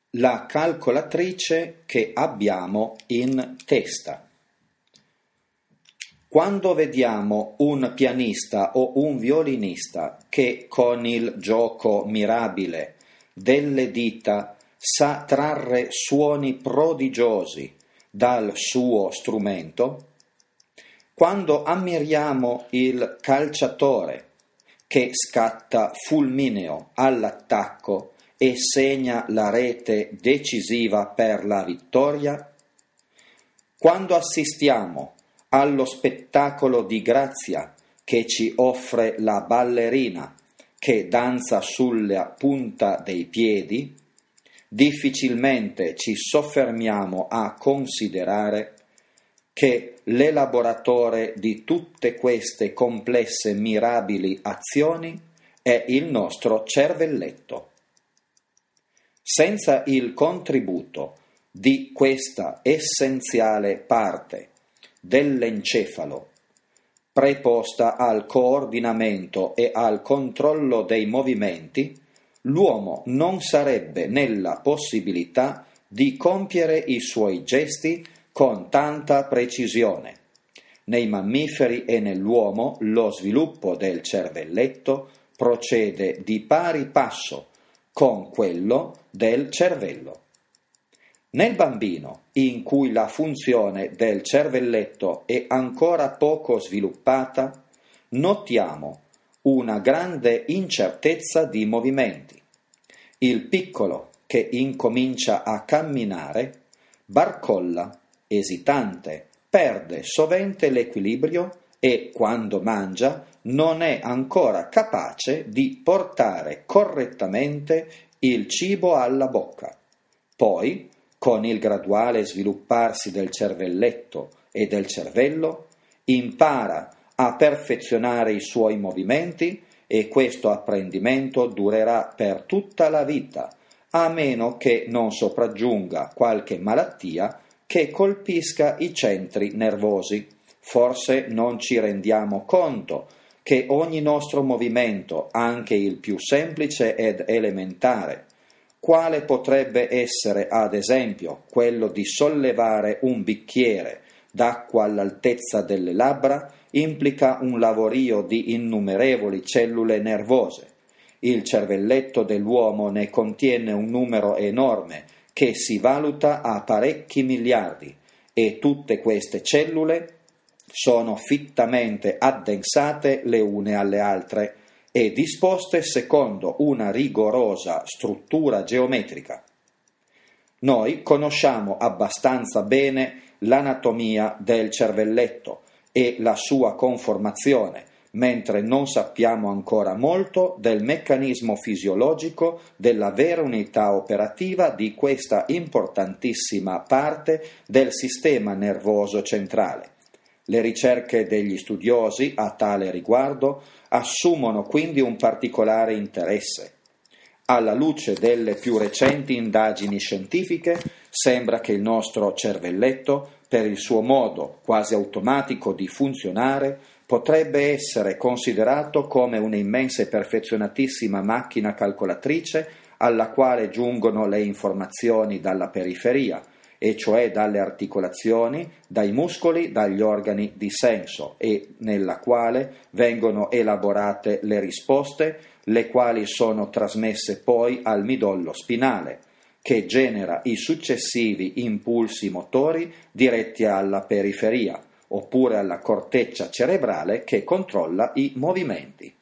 La calcolatrice che abbiamo in testa. Quando vediamo un pianista o un violinista che con il gioco mirabile delle dita sa trarre suoni prodigiosi dal suo strumento, quando ammiriamo il calciatore che scatta fulmineo all'attacco e segna la rete decisiva per la vittoria, quando assistiamo allo spettacolo di grazia che ci offre la ballerina che danza sulla punta dei piedi, difficilmente ci soffermiamo a considerare che l'elaboratore di tutte queste complesse mirabili azioni è il nostro cervelletto. Senza il contributo di questa essenziale parte dell'encefalo, preposta al coordinamento e al controllo dei movimenti, l'uomo non sarebbe nella possibilità di compiere i suoi gesti con tanta precisione. Nei mammiferi e nell'uomo lo sviluppo del cervelletto procede di pari passo con quello del cervello. Nel bambino, in cui la funzione del cervelletto è ancora poco sviluppata, notiamo una grande incertezza di movimenti. Il piccolo che incomincia a camminare barcolla, esitante, perde sovente l'equilibrio e, quando mangia, non è ancora capace di portare correttamente il cibo alla bocca. Poi, con il graduale svilupparsi del cervelletto e del cervello, impara a perfezionare i suoi movimenti e questo apprendimento durerà per tutta la vita, a meno che non sopraggiunga qualche malattia che colpisca i centri nervosi. Forse non ci rendiamo conto che ogni nostro movimento, anche il più semplice ed elementare, quale potrebbe essere ad esempio quello di sollevare un bicchiere d'acqua all'altezza delle labbra, implica un lavorio di innumerevoli cellule nervose. Il cervelletto dell'uomo ne contiene un numero enorme che si valuta a parecchi miliardi e tutte queste cellule sono fittamente addensate le une alle altre e disposte secondo una rigorosa struttura geometrica. Noi conosciamo abbastanza bene l'anatomia del cervelletto e la sua conformazione, mentre non sappiamo ancora molto del meccanismo fisiologico della vera unità operativa di questa importantissima parte del sistema nervoso centrale. Le ricerche degli studiosi a tale riguardo assumono quindi un particolare interesse. Alla luce delle più recenti indagini scientifiche, sembra che il nostro cervelletto, per il suo modo quasi automatico di funzionare, potrebbe essere considerato come un'immensa e perfezionatissima macchina calcolatrice alla quale giungono le informazioni dalla periferia, e cioè dalle articolazioni, dai muscoli, dagli organi di senso, e nella quale vengono elaborate le risposte, le quali sono trasmesse poi al midollo spinale, che genera i successivi impulsi motori diretti alla periferia, oppure alla corteccia cerebrale che controlla i movimenti.